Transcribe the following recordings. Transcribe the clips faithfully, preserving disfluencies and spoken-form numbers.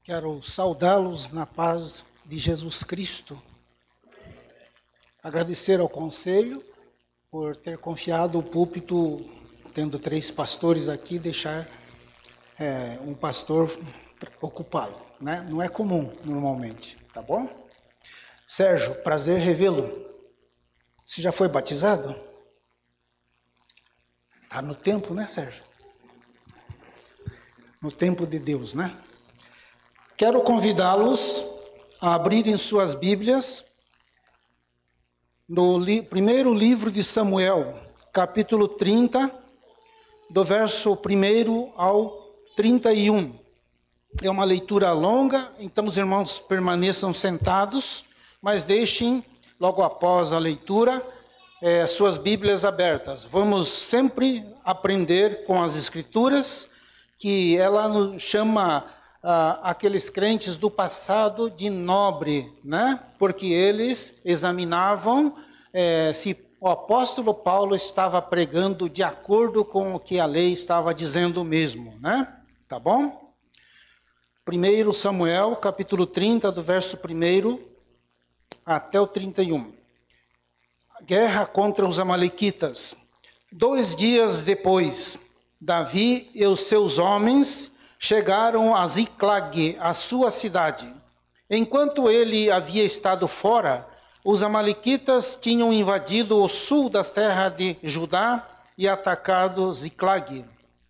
Quero saudá-los na paz de Jesus Cristo. Agradecer ao conselho por ter confiado o púlpito, tendo três pastores aqui, deixar é, um pastor ocupá-lo, né? Não é comum normalmente, tá bom? Sérgio, prazer revê-lo. Você já foi batizado? Tá no tempo, né, Sérgio? No tempo de Deus, né? Quero convidá-los a abrirem suas Bíblias no li- primeiro livro de Samuel, capítulo trinta, do verso primeiro ao trinta e um. É uma leitura longa, então os irmãos permaneçam sentados, mas deixem, logo após a leitura, eh, suas Bíblias abertas. Vamos sempre aprender com as Escrituras, que ela nos chama ah, aqueles crentes do passado de nobre, né? Porque eles examinavam eh, se o apóstolo Paulo estava pregando de acordo com o que a lei estava dizendo mesmo, né? Tá bom? primeiro Samuel, capítulo trinta, do verso primeiro até o trinta e um. Guerra contra os amalequitas. Dois dias depois, Davi e os seus homens chegaram a Ziclag, a sua cidade. Enquanto ele havia estado fora, os amalequitas tinham invadido o sul da terra de Judá e atacado Ziclag.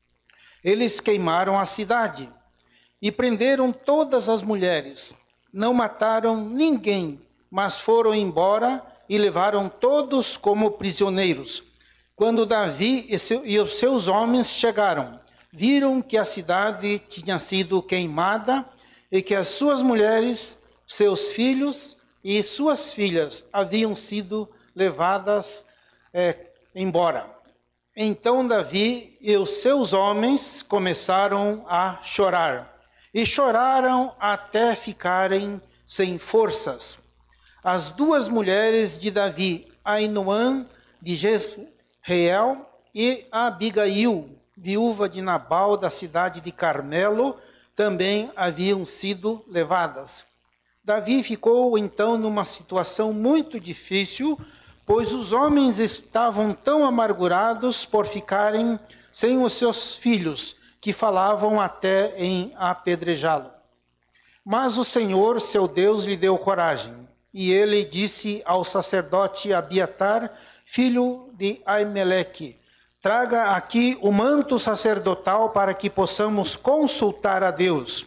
Eles queimaram a cidade e prenderam todas as mulheres. Não mataram ninguém, mas foram embora e levaram todos como prisioneiros. Quando Davi e, seu, e os seus homens chegaram, viram que a cidade tinha sido queimada e que as suas mulheres, seus filhos e suas filhas haviam sido levadas é, embora. Então Davi e os seus homens começaram a chorar, e choraram até ficarem sem forças. As duas mulheres de Davi, Ainoã de Jezreel e Abigail, viúva de Nabal da cidade de Carmelo, também haviam sido levadas. Davi ficou então numa situação muito difícil, pois os homens estavam tão amargurados por ficarem sem os seus filhos, que falavam até em apedrejá-lo. Mas o Senhor, seu Deus, lhe deu coragem, e ele disse ao sacerdote Abiatar, filho de Aimeleque: traga aqui o manto sacerdotal para que possamos consultar a Deus.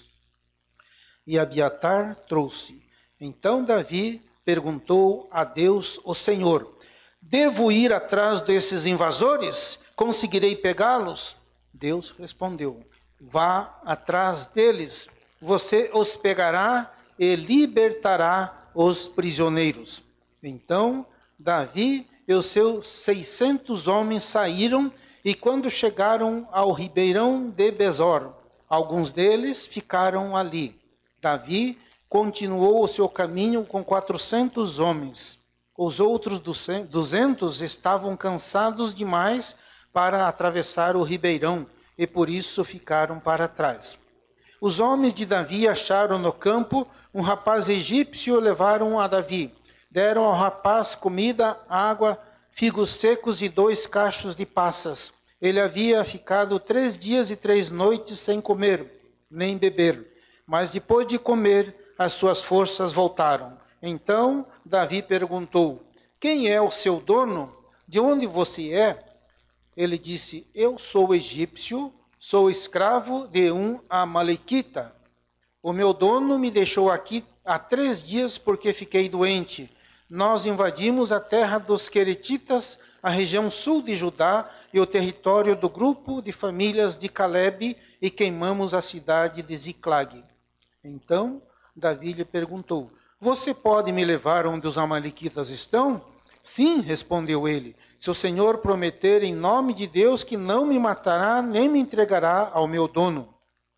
E Abiatar trouxe. Então Davi perguntou a Deus, o Senhor: devo ir atrás desses invasores? Conseguirei pegá-los? Deus respondeu: vá atrás deles, você os pegará e libertará os prisioneiros. Então Davi e os seus seiscentos homens saíram, e quando chegaram ao ribeirão de Besor, alguns deles ficaram ali. Davi continuou o seu caminho com quatrocentos homens. Os outros duzentos estavam cansados demais para atravessar o ribeirão, e por isso ficaram para trás. Os homens de Davi acharam no campo um rapaz egípcio e o levaram a Davi. Deram ao rapaz comida, água, figos secos e dois cachos de passas. Ele havia ficado três dias e três noites sem comer, nem beber. Mas depois de comer, as suas forças voltaram. Então Davi perguntou: quem é o seu dono? De onde você é? Ele disse: eu sou egípcio, sou escravo de um amalequita. O meu dono me deixou aqui há três dias porque fiquei doente. Nós invadimos a terra dos Queretitas, a região sul de Judá e o território do grupo de famílias de Calebe, e queimamos a cidade de Ziclag. Então Davi lhe perguntou: você pode me levar onde os amalequitas estão? Sim, respondeu ele, se o Senhor prometer em nome de Deus que não me matará nem me entregará ao meu dono.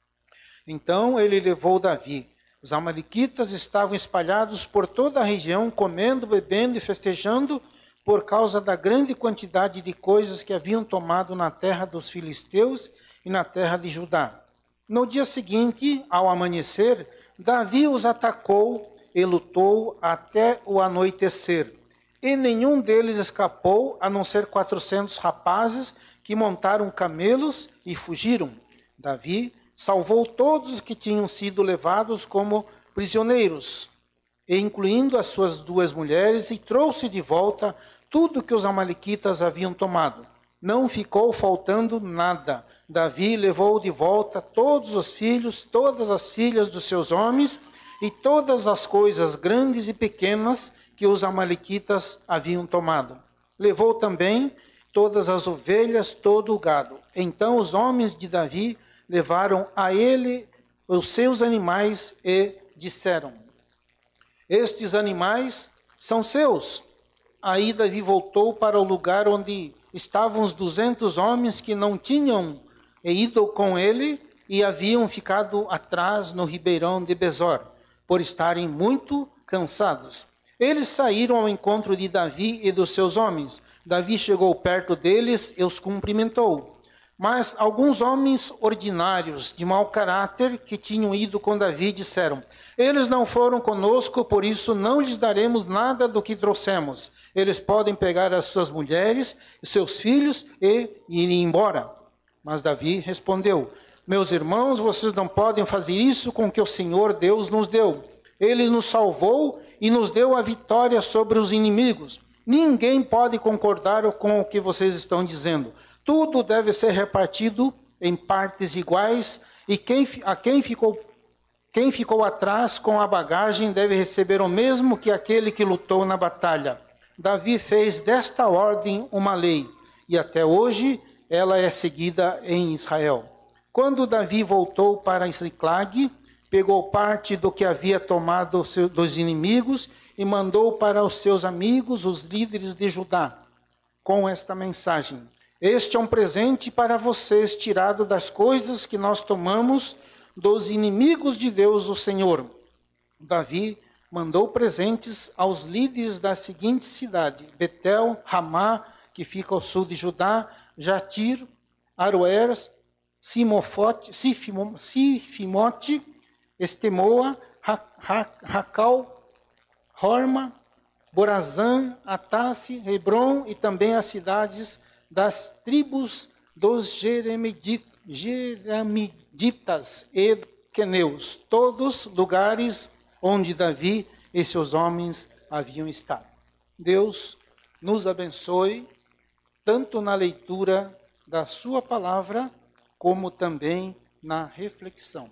Então ele levou Davi. Os amalequitas estavam espalhados por toda a região, comendo, bebendo e festejando, por causa da grande quantidade de coisas que haviam tomado na terra dos filisteus e na terra de Judá. No dia seguinte, ao amanhecer, Davi os atacou e lutou até o anoitecer. E nenhum deles escapou, a não ser quatrocentos rapazes que montaram camelos e fugiram. Davi salvou todos que tinham sido levados como prisioneiros, incluindo as suas duas mulheres, e trouxe de volta tudo que os amalequitas haviam tomado. Não ficou faltando nada. Davi levou de volta todos os filhos, todas as filhas dos seus homens, e todas as coisas grandes e pequenas que os amalequitas haviam tomado. Levou também todas as ovelhas, todo o gado. Então os homens de Davi levaram a ele os seus animais e disseram: estes animais são seus. Aí Davi voltou para o lugar onde estavam os duzentos homens que não tinham ido com ele e haviam ficado atrás no ribeirão de Besor, por estarem muito cansados. Eles saíram ao encontro de Davi e dos seus homens. Davi chegou perto deles e os cumprimentou. Mas alguns homens ordinários, de mau caráter, que tinham ido com Davi, disseram: eles não foram conosco, por isso não lhes daremos nada do que trouxemos. Eles podem pegar as suas mulheres e seus filhos e ir embora. Mas Davi respondeu: meus irmãos, vocês não podem fazer isso com o que o Senhor Deus nos deu. Ele nos salvou e nos deu a vitória sobre os inimigos. Ninguém pode concordar com o que vocês estão dizendo. Tudo deve ser repartido em partes iguais, e quem, a quem ficou, quem ficou atrás com a bagagem deve receber o mesmo que aquele que lutou na batalha. Davi fez desta ordem uma lei, e até hoje ela é seguida em Israel. Quando Davi voltou para Ziclag, pegou parte do que havia tomado dos inimigos e mandou para os seus amigos, os líderes de Judá, com esta mensagem: este é um presente para vocês, tirado das coisas que nós tomamos dos inimigos de Deus, o Senhor. Davi mandou presentes aos líderes da seguinte cidade: Betel, Ramá, que fica ao sul de Judá, Jatir, Aroer, Simofote, Sifimo, Sifimote, Estemoa, Racal, Horma, Borazã, Atasse, Hebron, e também as cidades das tribos dos Jeramiditas e Queneus, todos lugares onde Davi e seus homens haviam estado. Deus nos abençoe, tanto na leitura da sua palavra, como também na reflexão.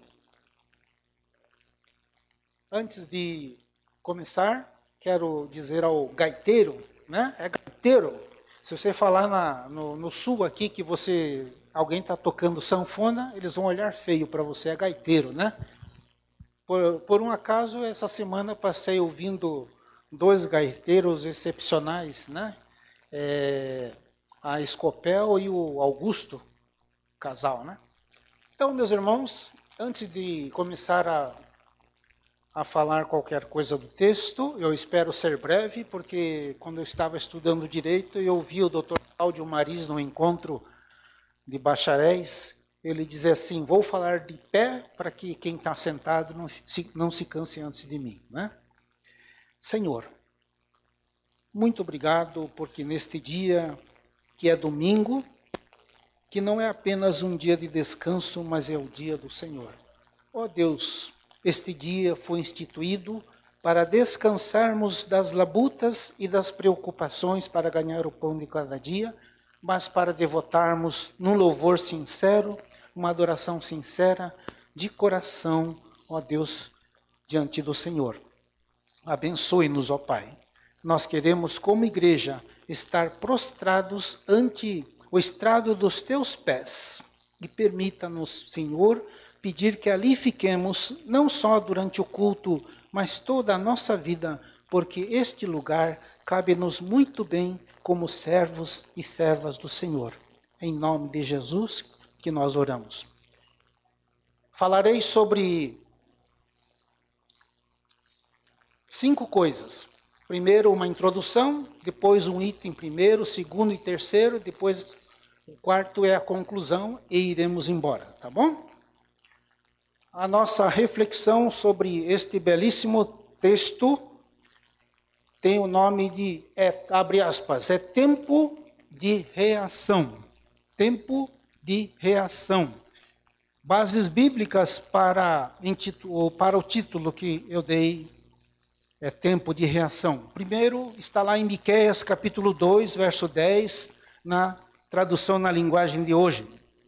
Antes de começar, quero dizer ao gaiteiro, né? É gaiteiro. Se você falar na, no, no sul aqui que você, alguém está tocando sanfona, eles vão olhar feio para você, é gaiteiro, né? Por, por um acaso, essa semana passei ouvindo dois gaiteiros excepcionais, né? É, a Escopel e o Augusto, casal, né? Então, meus irmãos, antes de começar a, a falar qualquer coisa do texto, eu espero ser breve, porque quando eu estava estudando direito, eu ouvi o doutor Cláudio Maris no encontro de bacharéis, ele dizer assim: vou falar de pé para que quem está sentado não se, não se canse antes de mim, né? Senhor, muito obrigado, porque neste dia, que é domingo, que não é apenas um dia de descanso, mas é o dia do Senhor. Ó Deus, este dia foi instituído para descansarmos das labutas e das preocupações para ganhar o pão de cada dia, mas para devotarmos num louvor sincero, uma adoração sincera, de coração, ó Deus, diante do Senhor. Abençoe-nos, ó Pai. Nós queremos, como igreja, estar prostrados ante o estrado dos teus pés. E permita-nos, Senhor, pedir que ali fiquemos, não só durante o culto, mas toda a nossa vida, porque este lugar cabe-nos muito bem como servos e servas do Senhor. Em nome de Jesus que nós oramos. Falarei sobre cinco coisas. Primeiro uma introdução, depois um item primeiro, segundo e terceiro, depois o quarto é a conclusão e iremos embora, tá bom? A nossa reflexão sobre este belíssimo texto tem o nome de, é, abre aspas, é tempo de reação. Tempo de reação. Bases bíblicas para, para o título que eu dei, é tempo de reação. Primeiro está lá em Miqueias capítulo dois, verso dez, na tradução na linguagem de hoje.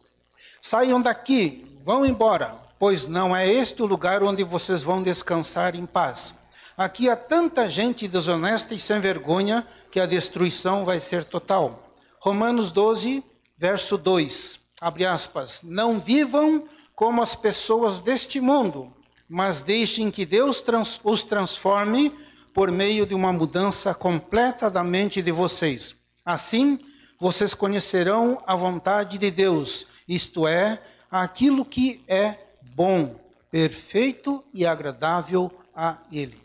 Saiam daqui, vão embora, pois não é este o lugar onde vocês vão descansar em paz. Aqui há tanta gente desonesta e sem vergonha que a destruição vai ser total. Romanos doze, verso dois, abre aspas, não vivam como as pessoas deste mundo, mas deixem que Deus trans, os transforme por meio de uma mudança completa da mente de vocês. Assim, vocês conhecerão a vontade de Deus, isto é, aquilo que é bom, perfeito e agradável a Ele.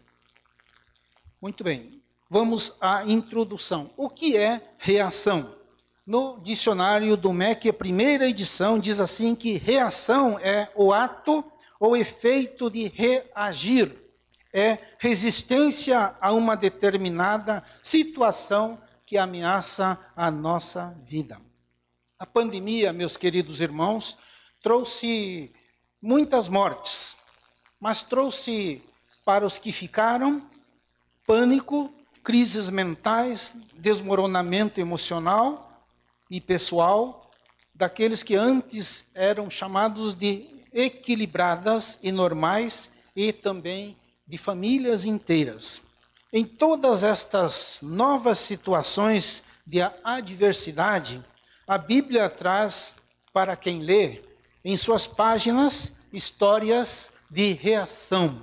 Muito bem, vamos à introdução. O que é reação? No dicionário do M E C, a primeira edição, diz assim que reação é o ato ou efeito de reagir. É resistência a uma determinada situação que ameaça a nossa vida. A pandemia, meus queridos irmãos, trouxe muitas mortes, mas trouxe para os que ficaram pânico, crises mentais, desmoronamento emocional e pessoal, daqueles que antes eram chamados de equilibradas e normais e também de famílias inteiras. Em todas estas novas situações de adversidade, a Bíblia traz para quem lê, em suas páginas, histórias de reação.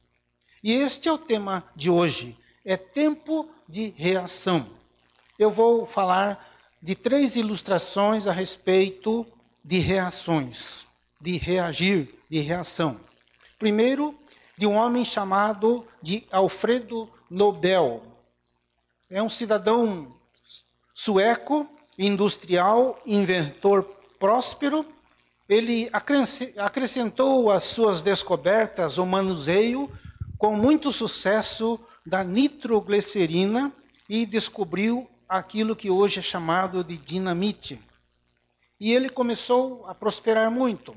E este é o tema de hoje, é tempo de reação. Eu vou falar de três ilustrações a respeito de reações, de reagir, de reação. Primeiro, de um homem chamado de Alfredo Nobel. É um cidadão sueco, industrial, inventor próspero. Ele acrescentou às suas descobertas o manuseio com muito sucesso da nitroglicerina e descobriu aquilo que hoje é chamado de dinamite. E ele começou a prosperar muito.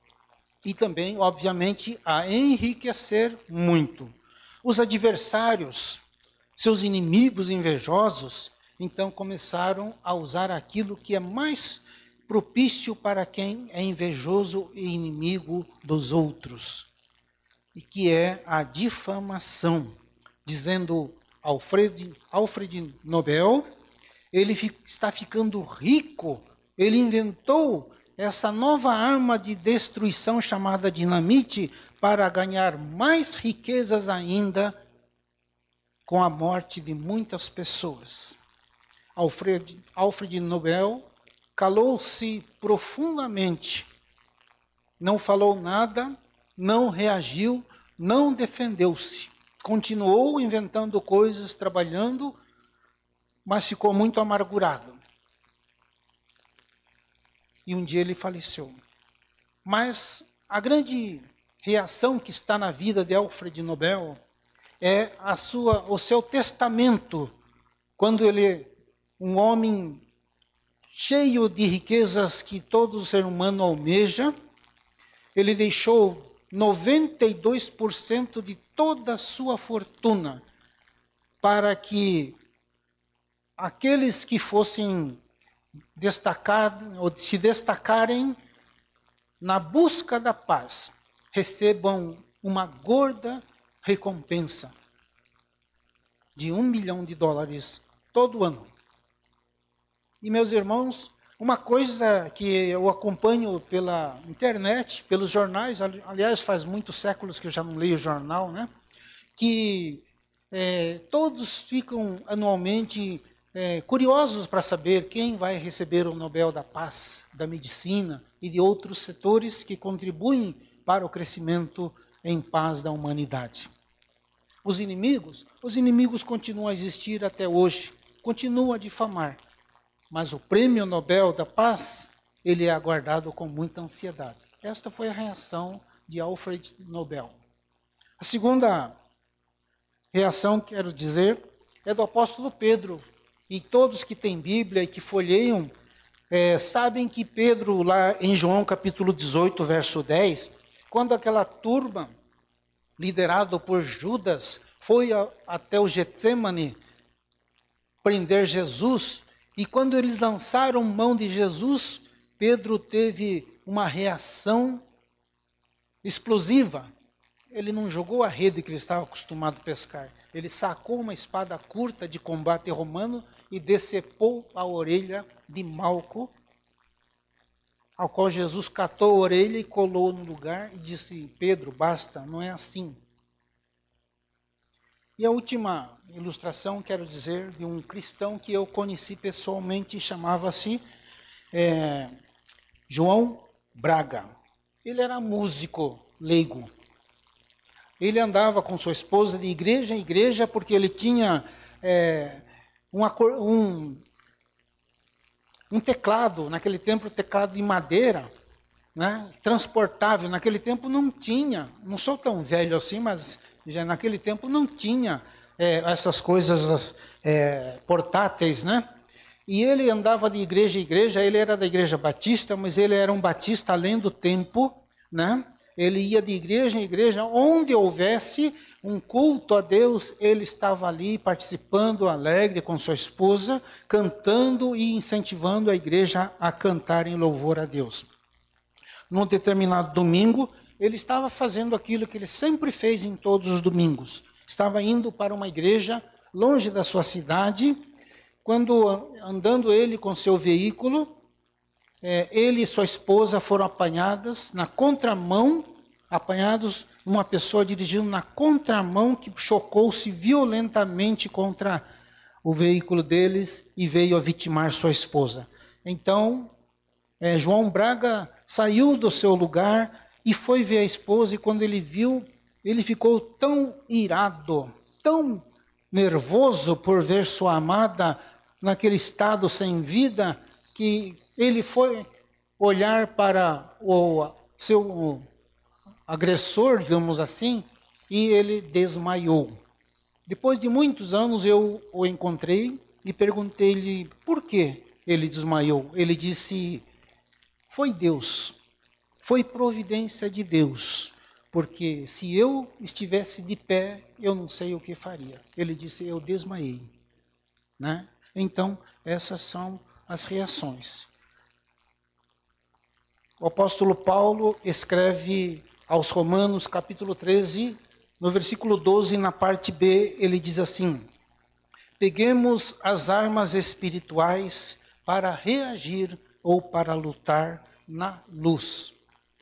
E também, obviamente, a enriquecer muito. Os adversários, seus inimigos invejosos, então começaram a usar aquilo que é mais propício para quem é invejoso e inimigo dos outros, e que é a difamação, dizendo Alfred, Alfred Nobel, ele fi, está ficando rico, ele inventou essa nova arma de destruição chamada dinamite para ganhar mais riquezas ainda com a morte de muitas pessoas. Alfred, Alfred Nobel calou-se profundamente, não falou nada, não reagiu, não defendeu-se. Continuou inventando coisas, trabalhando, mas ficou muito amargurado. E um dia ele faleceu. Mas a grande reação que está na vida de Alfred Nobel é a sua, o seu testamento, quando ele, um homem cheio de riquezas que todo ser humano almeja, ele deixou noventa e dois por cento de toda a sua fortuna para que aqueles que fossem destacados ou se destacarem na busca da paz recebam uma gorda recompensa de um milhão de dólares todo ano. E, meus irmãos, uma coisa que eu acompanho pela internet, pelos jornais, aliás, faz muitos séculos que eu já não leio jornal, né? Que é, todos ficam anualmente é, curiosos para saber quem vai receber o Nobel da Paz, da Medicina e de outros setores que contribuem para o crescimento em paz da humanidade. Os inimigos, os inimigos continuam a existir até hoje, continuam a difamar. Mas o prêmio Nobel da Paz, ele é aguardado com muita ansiedade. Esta foi a reação de Alfred Nobel. A segunda reação, quero dizer, é do apóstolo Pedro. E todos que têm Bíblia e que folheiam, é, sabem que Pedro, lá em João capítulo dezoito, verso dez, quando aquela turma, liderada por Judas, foi a, até o Getsêmani prender Jesus, e quando eles lançaram mão de Jesus, Pedro teve uma reação explosiva. Ele não jogou a rede que ele estava acostumado a pescar. Ele sacou uma espada curta de combate romano e decepou a orelha de Malco, ao qual Jesus catou a orelha e colou no lugar e disse: Pedro, basta, não é assim. E a última ilustração, quero dizer, de um cristão que eu conheci pessoalmente, chamava-se é, João Braga. Ele era músico leigo. Ele andava com sua esposa de igreja em igreja porque ele tinha é, um, um, um teclado, naquele tempo teclado de madeira, né, transportável. Naquele tempo não tinha, não sou tão velho assim, mas já naquele tempo não tinha é, essas coisas é, portáteis, né? E ele andava de igreja em igreja. Ele era da igreja batista, mas ele era um batista além do tempo, né? Ele ia de igreja em igreja, onde houvesse um culto a Deus, ele estava ali participando, alegre com sua esposa, cantando e incentivando a igreja a cantar em louvor a Deus. Num determinado domingo, ele estava fazendo aquilo que ele sempre fez em todos os domingos. Estava indo para uma igreja longe da sua cidade, quando andando ele com seu veículo, É, ele e sua esposa foram apanhadas na contramão, apanhados uma pessoa dirigindo na contramão que chocou-se violentamente contra o veículo deles e veio a vitimar sua esposa. Então, é, João Braga saiu do seu lugar e foi ver a esposa, e quando ele viu, ele ficou tão irado, tão nervoso por ver sua amada naquele estado sem vida, que ele foi olhar para o seu agressor, digamos assim, e ele desmaiou. Depois de muitos anos eu o encontrei e perguntei-lhe por que ele desmaiou. Ele disse: foi Deus, foi providência de Deus, porque se eu estivesse de pé, eu não sei o que faria. Ele disse: eu desmaiei, né? Então, essas são as reações. O apóstolo Paulo escreve aos Romanos, capítulo treze, no versículo doze, na parte B, ele diz assim: peguemos as armas espirituais para reagir ou para lutar na luz.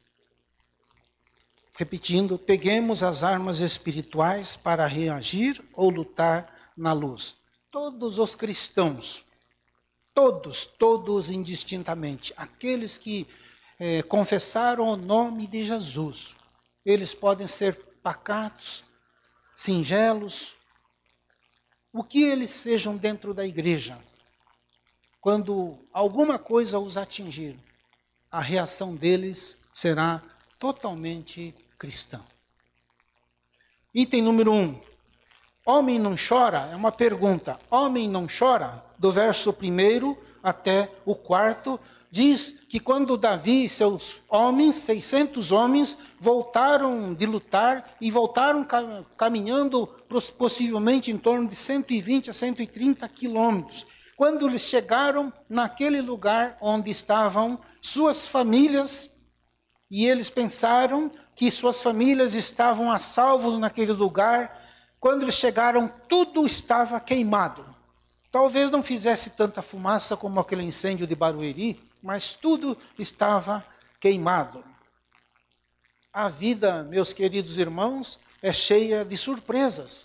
Repetindo, peguemos as armas espirituais para reagir ou lutar na luz. Todos os cristãos, todos, todos indistintamente, aqueles que eh, confessaram o nome de Jesus, eles podem ser pacatos, singelos, o que eles sejam dentro da igreja. Quando alguma coisa os atingir, a reação deles será totalmente cristã. Item número um. Homem não chora? É uma pergunta. Homem não chora? Do verso primeiro até o quarto, diz que quando Davi e seus homens, seiscentos homens, voltaram de lutar e voltaram caminhando possivelmente em torno de cento e vinte a cento e trinta quilômetros. Quando eles chegaram naquele lugar onde estavam suas famílias, e eles pensaram que suas famílias estavam a salvos naquele lugar, quando eles chegaram, tudo estava queimado. Talvez não fizesse tanta fumaça como aquele incêndio de Barueri, mas tudo estava queimado. A vida, meus queridos irmãos, é cheia de surpresas.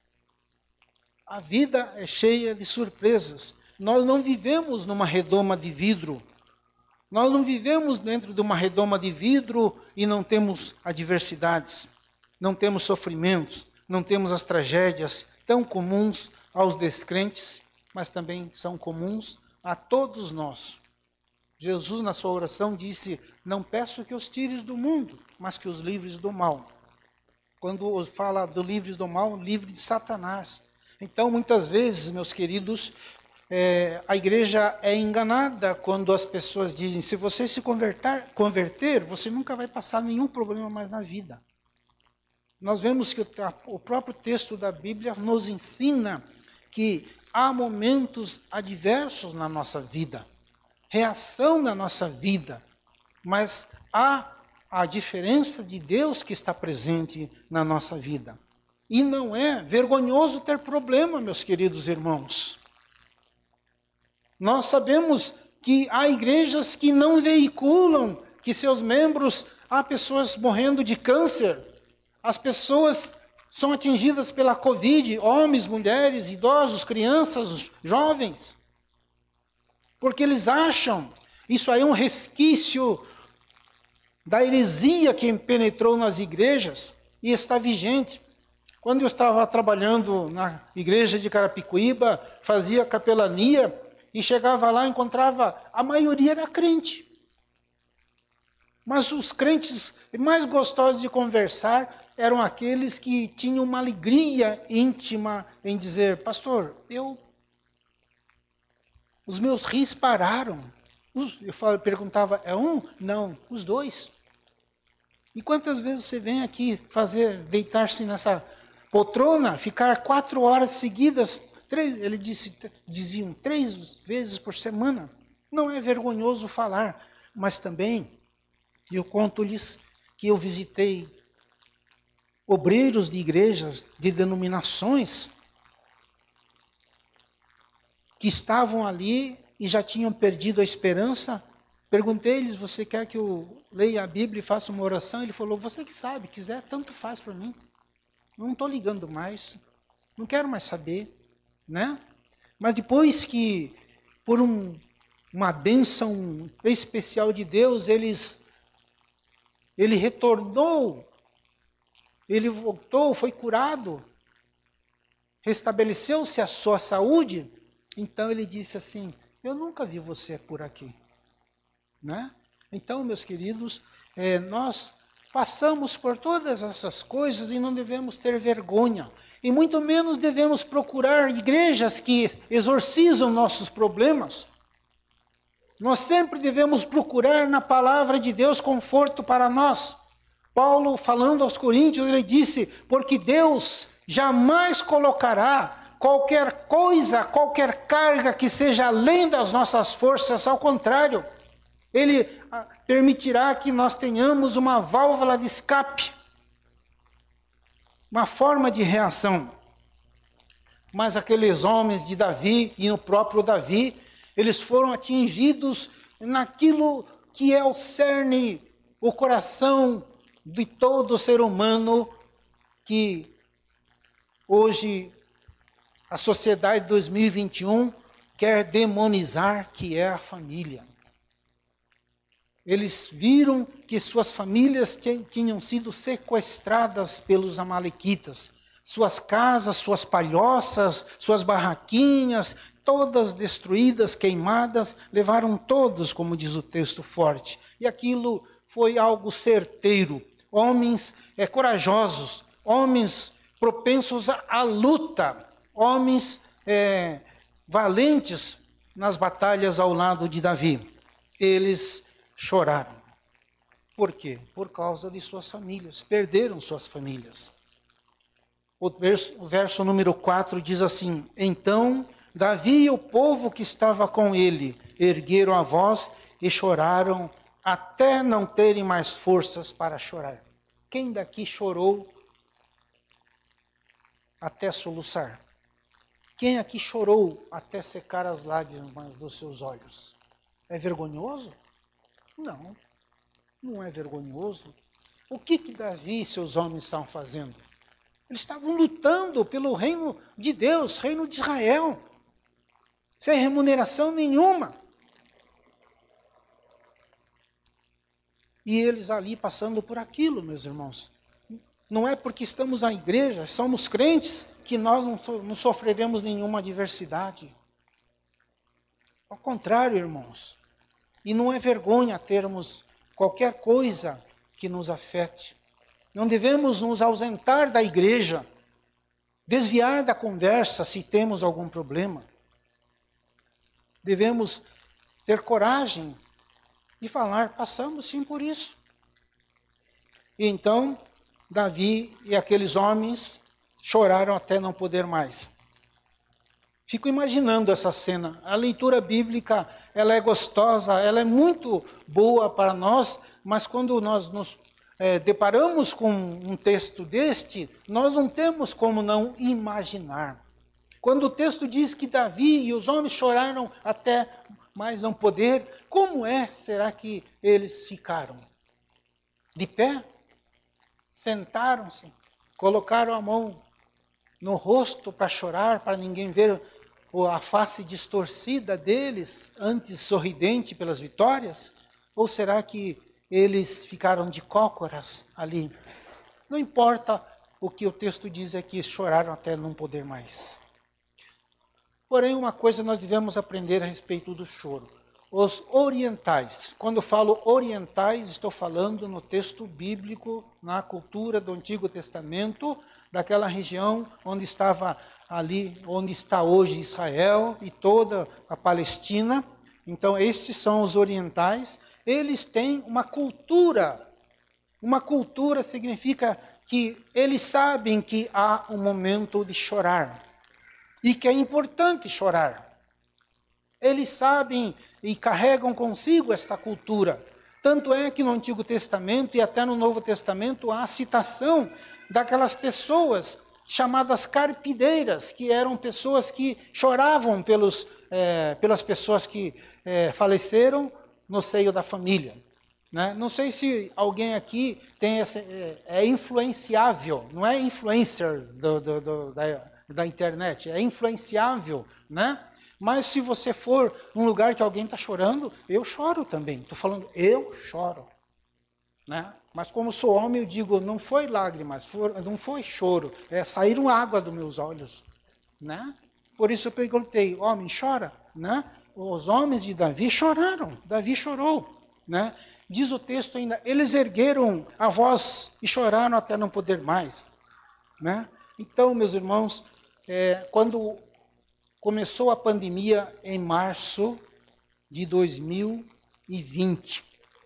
A vida é cheia de surpresas. Nós não vivemos numa redoma de vidro. Nós não vivemos dentro de uma redoma de vidro e não temos adversidades, não temos sofrimentos, não temos as tragédias tão comuns aos descrentes, mas também são comuns a todos nós. Jesus, na sua oração, disse: não peço que os tires do mundo, mas que os livres do mal. Quando fala do livres do mal, livre de Satanás. Então, muitas vezes, meus queridos, é, a igreja é enganada quando as pessoas dizem: se você se converter, converter, você nunca vai passar nenhum problema mais na vida. Nós vemos que o próprio texto da Bíblia nos ensina que há momentos adversos na nossa vida, reação na nossa vida, mas há a diferença de Deus que está presente na nossa vida. E não é vergonhoso ter problema, meus queridos irmãos. Nós sabemos que há igrejas que não veiculam que seus membros, há pessoas morrendo de câncer, as pessoas são atingidas pela Covid, homens, mulheres, idosos, crianças, jovens, porque eles acham, isso aí é um resquício da heresia que penetrou nas igrejas e está vigente. Quando eu estava trabalhando na igreja de Carapicuíba, fazia capelania e chegava lá e encontrava, a maioria era crente. Mas os crentes mais gostosos de conversar eram aqueles que tinham uma alegria íntima em dizer: pastor, eu, os meus rins pararam. Eu perguntava: é um? Não, os dois. E quantas vezes você vem aqui fazer, deitar-se nessa poltrona, ficar quatro horas seguidas, três, ele disse, diziam, três vezes por semana? Não é vergonhoso falar, mas também, eu conto-lhes que eu visitei obreiros de igrejas, de denominações, que estavam ali e já tinham perdido a esperança. Perguntei-lhes: você quer que eu leia a Bíblia e faça uma oração? Ele falou: você que sabe, quiser, tanto faz para mim. Não estou ligando mais, não quero mais saber, né? Mas depois que, por um, uma bênção especial de Deus, eles, ele retornou, ele voltou, foi curado, restabeleceu-se a sua saúde. Então ele disse assim: eu nunca vi você por aqui. Né? Então, meus queridos, é, nós passamos por todas essas coisas e não devemos ter vergonha. E muito menos devemos procurar igrejas que exorcizam nossos problemas. Nós sempre devemos procurar na palavra de Deus conforto para nós. Paulo, falando aos Coríntios, ele disse: porque Deus jamais colocará qualquer coisa, qualquer carga que seja além das nossas forças, ao contrário, Ele permitirá que nós tenhamos uma válvula de escape, uma forma de reação. Mas aqueles homens de Davi e o próprio Davi, eles foram atingidos naquilo que é o cerne, o coração de todo ser humano, que hoje a sociedade de dois mil e vinte e um quer demonizar, que é a família. Eles viram que suas famílias tinham sido sequestradas pelos amalequitas. Suas casas, suas palhoças, suas barraquinhas, todas destruídas, queimadas, levaram todos, como diz o texto forte. E aquilo foi algo certeiro. Homens é, corajosos, homens propensos à, à luta, homens é, valentes nas batalhas ao lado de Davi. Eles choraram. Por quê? Por causa de suas famílias. Perderam suas famílias. O verso, o verso número quatro diz assim: então Davi e o povo que estava com ele ergueram a voz e choraram até não terem mais forças para chorar. Quem daqui chorou até soluçar? Quem aqui chorou até secar as lágrimas dos seus olhos? É vergonhoso? Não, não é vergonhoso. O que que Davi e seus homens estavam fazendo? Eles estavam lutando pelo reino de Deus, reino de Israel, sem remuneração nenhuma. E eles ali passando por aquilo, meus irmãos. Não é porque estamos na igreja, somos crentes, que nós não, so, não sofreremos nenhuma adversidade. Ao contrário, irmãos. E não é vergonha termos qualquer coisa que nos afete. Não devemos nos ausentar da igreja, desviar da conversa se temos algum problema. Devemos ter coragem de falar, passamos sim por isso. E então, Davi e aqueles homens choraram até não poder mais. Fico imaginando essa cena. A leitura bíblica, ela é gostosa, ela é muito boa para nós, mas quando nós nos é, deparamos com um texto deste, nós não temos como não imaginar. Quando o texto diz que Davi e os homens choraram até mais não poder, como é, será que eles ficaram? De pé? Sentaram-se? Colocaram a mão no rosto para chorar, para ninguém ver a face distorcida deles, antes sorridente pelas vitórias? Ou será que eles ficaram de cócoras ali? Não importa o que o texto diz aqui, choraram até não poder mais. Porém, uma coisa nós devemos aprender a respeito do choro. Os orientais, quando eu falo orientais, estou falando no texto bíblico, na cultura do Antigo Testamento, daquela região onde estava ali, onde está hoje Israel e toda a Palestina. Então, esses são os orientais. Eles têm uma cultura. Uma cultura significa que eles sabem que há um momento de chorar e que é importante chorar. Eles sabem e carregam consigo esta cultura. Tanto é que no Antigo Testamento e até no Novo Testamento há a citação daquelas pessoas chamadas carpideiras, que eram pessoas que choravam pelos, é, pelas pessoas que é, faleceram no seio da família. Né? Não sei se alguém aqui tem essa, é, é influenciável, não é influencer do, do, do, da, da internet, é influenciável, né? Mas se você for num lugar que alguém está chorando, eu choro também. Estou falando, eu choro. Né? Mas como sou homem, eu digo, não foi lágrimas, for, não foi choro, é, saíram água dos meus olhos. Né? Por isso eu perguntei, homem, chora? Né? Os homens de Davi choraram, Davi chorou. Né? Diz o texto ainda, eles ergueram a voz e choraram até não poder mais. Né? Então, meus irmãos, é, quando começou a pandemia em março de dois mil e vinte,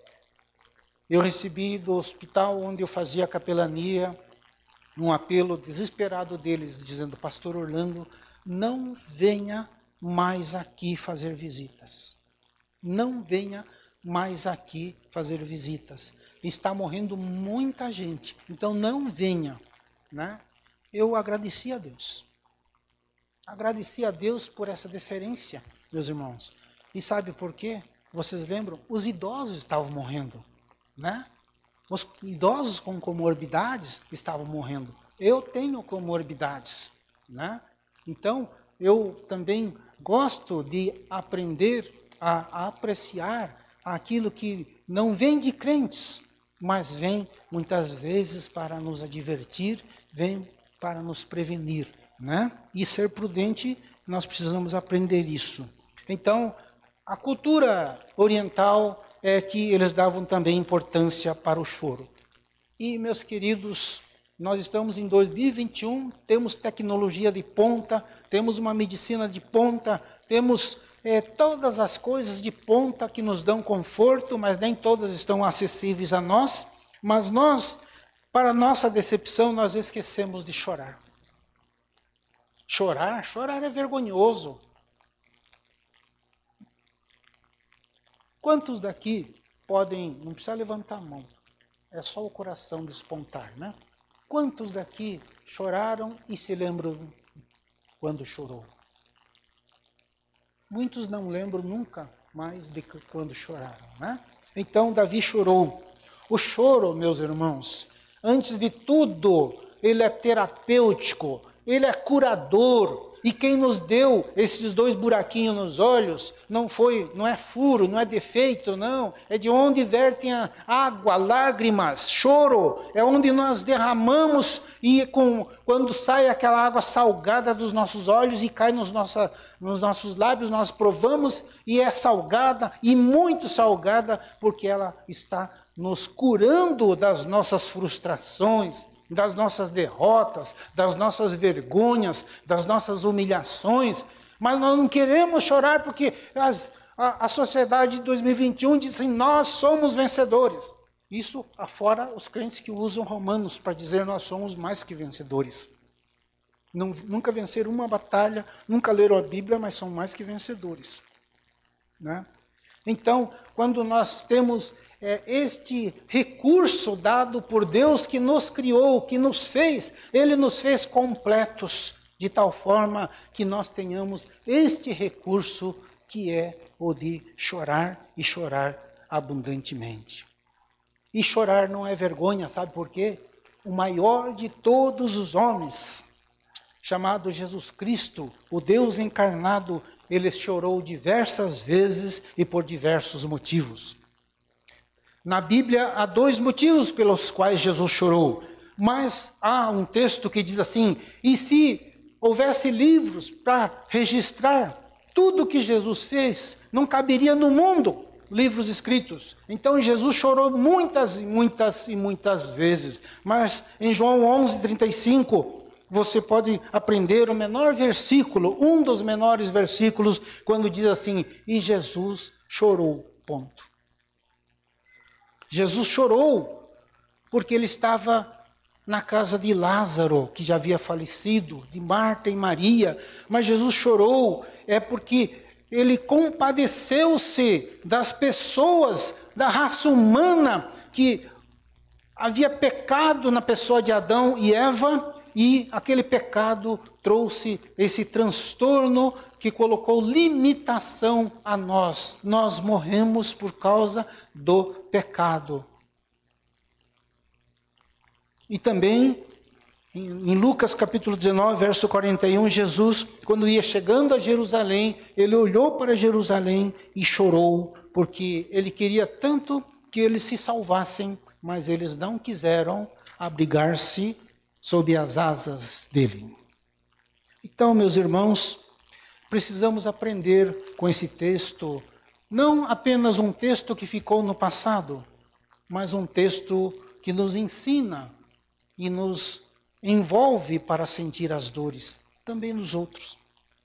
eu recebi do hospital onde eu fazia capelania um apelo desesperado deles, dizendo, pastor Orlando, não venha mais aqui fazer visitas. Não venha mais aqui fazer visitas. Está morrendo muita gente, então não venha. Né? Eu agradeci a Deus. Agradeci a Deus por essa deferência, meus irmãos. E sabe por quê? Vocês lembram? Os idosos estavam morrendo. Né? Os idosos com comorbidades estavam morrendo. Eu tenho comorbidades. Né? Então, eu também gosto de aprender a, a apreciar aquilo que não vem de crentes, mas vem muitas vezes para nos advertir, vem para nos prevenir. Né? E ser prudente, nós precisamos aprender isso. Então, a cultura oriental é que eles davam também importância para o choro. E, meus queridos, nós estamos em dois mil e vinte e um, temos tecnologia de ponta, temos uma medicina de ponta, temos é, todas as coisas de ponta que nos dão conforto, mas nem todas estão acessíveis a nós. Mas nós, para nossa decepção, nós esquecemos de chorar. Chorar? Chorar é vergonhoso. Quantos daqui podem, não precisa levantar a mão, é só o coração despontar, né? Quantos daqui choraram e se lembram quando chorou? Muitos não lembram nunca mais de quando choraram, né? Então Davi chorou. O choro, meus irmãos, antes de tudo, ele é terapêutico, ele é curador. E quem nos deu esses dois buraquinhos nos olhos não foi, não é furo, não é defeito, não. É de onde vertem a água, lágrimas, choro. É onde nós derramamos e com, quando sai aquela água salgada dos nossos olhos e cai nos nossa, nos nossos lábios, nós provamos e é salgada, e muito salgada, porque ela está nos curando das nossas frustrações, das nossas derrotas, das nossas vergonhas, das nossas humilhações. Mas nós não queremos chorar porque as, a, a sociedade de dois mil e vinte e um diz assim, nós somos vencedores. Isso afora os crentes que usam Romanos para dizer nós somos mais que vencedores. Não, nunca venceram uma batalha, nunca leram a Bíblia, mas são mais que vencedores. Né? Então, quando nós temos é, este recurso dado por Deus que nos criou, que nos fez, Ele nos fez completos, de tal forma que nós tenhamos este recurso que é o de chorar e chorar abundantemente. E chorar não é vergonha, sabe por quê? O maior de todos os homens, chamado Jesus Cristo, o Deus encarnado, ele chorou diversas vezes e por diversos motivos. Na Bíblia há dois motivos pelos quais Jesus chorou, mas há um texto que diz assim, e se houvesse livros para registrar tudo que Jesus fez, não caberia no mundo livros escritos. Então Jesus chorou muitas e muitas e muitas vezes. Mas em João onze, trinta e cinco, você pode aprender o menor versículo, um dos menores versículos, quando diz assim, e Jesus chorou, ponto. Jesus chorou porque ele estava na casa de Lázaro, que já havia falecido, de Marta e Maria. Mas Jesus chorou é porque ele compadeceu-se das pessoas, da raça humana, que havia pecado na pessoa de Adão e Eva, e aquele pecado trouxe esse transtorno que colocou limitação a nós. Nós morremos por causa do pecado. E também, em Lucas capítulo dezenove, verso quarenta e um, Jesus, quando ia chegando a Jerusalém, ele olhou para Jerusalém e chorou, porque ele queria tanto que eles se salvassem, mas eles não quiseram abrigar-se sob as asas dele. Então, meus irmãos, precisamos aprender com esse texto, não apenas um texto que ficou no passado, mas um texto que nos ensina e nos envolve para sentir as dores, também dos outros.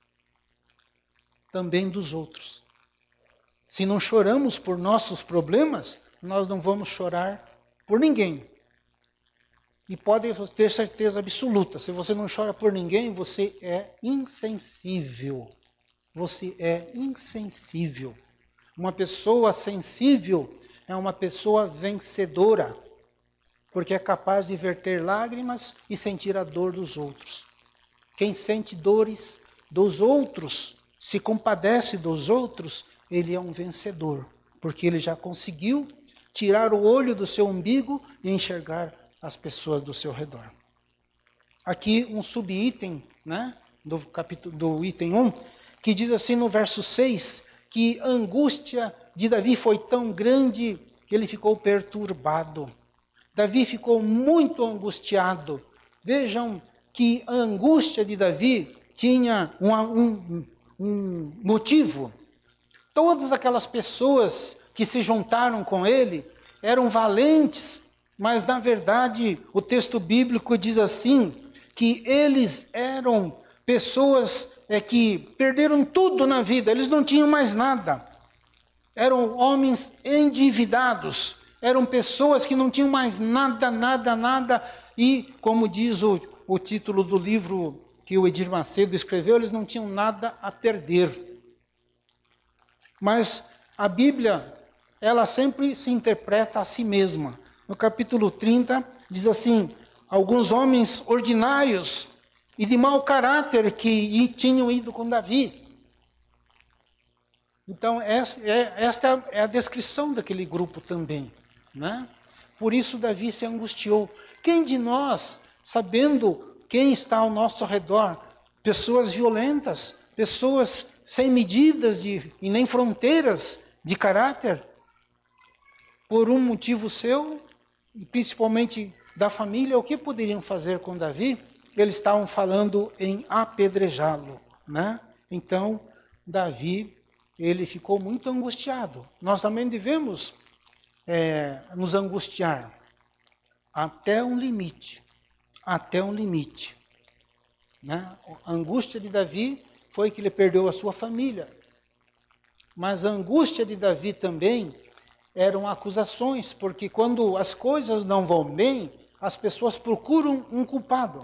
Também dos outros. Se não choramos por nossos problemas, nós não vamos chorar por ninguém. E pode ter certeza absoluta, se você não chora por ninguém, você é insensível. Você é insensível. Uma pessoa sensível é uma pessoa vencedora, porque é capaz de verter lágrimas e sentir a dor dos outros. Quem sente dores dos outros, se compadece dos outros, ele é um vencedor, porque ele já conseguiu tirar o olho do seu umbigo e enxergar as pessoas do seu redor. Aqui um subitem, né, do capítulo do item um, que diz assim no verso seis, que a angústia de Davi foi tão grande que ele ficou perturbado. Davi ficou muito angustiado. Vejam que a angústia de Davi tinha um, um, um motivo. Todas aquelas pessoas que se juntaram com ele eram valentes, mas na verdade o texto bíblico diz assim, que eles eram pessoas é, que perderam tudo na vida, eles não tinham mais nada. Eram homens endividados, eram pessoas que não tinham mais nada, nada, nada, e como diz o, o título do livro que o Edir Macedo escreveu, eles não tinham nada a perder. Mas a Bíblia, ela sempre se interpreta a si mesma. No capítulo trinta, diz assim, alguns homens ordinários e de mau caráter que tinham ido com Davi. Então, esta é a descrição daquele grupo também, né? Por isso Davi se angustiou. Quem de nós, sabendo quem está ao nosso redor, pessoas violentas, pessoas sem medidas de, e nem fronteiras de caráter, por um motivo seu, e principalmente da família, o que poderiam fazer com Davi? Eles estavam falando em apedrejá-lo, né? Então, Davi, ele ficou muito angustiado. Nós também devemos é, nos angustiar até um limite, até um limite. Né? A angústia de Davi foi que ele perdeu a sua família. Mas a angústia de Davi também eram acusações, porque quando as coisas não vão bem, as pessoas procuram um culpado.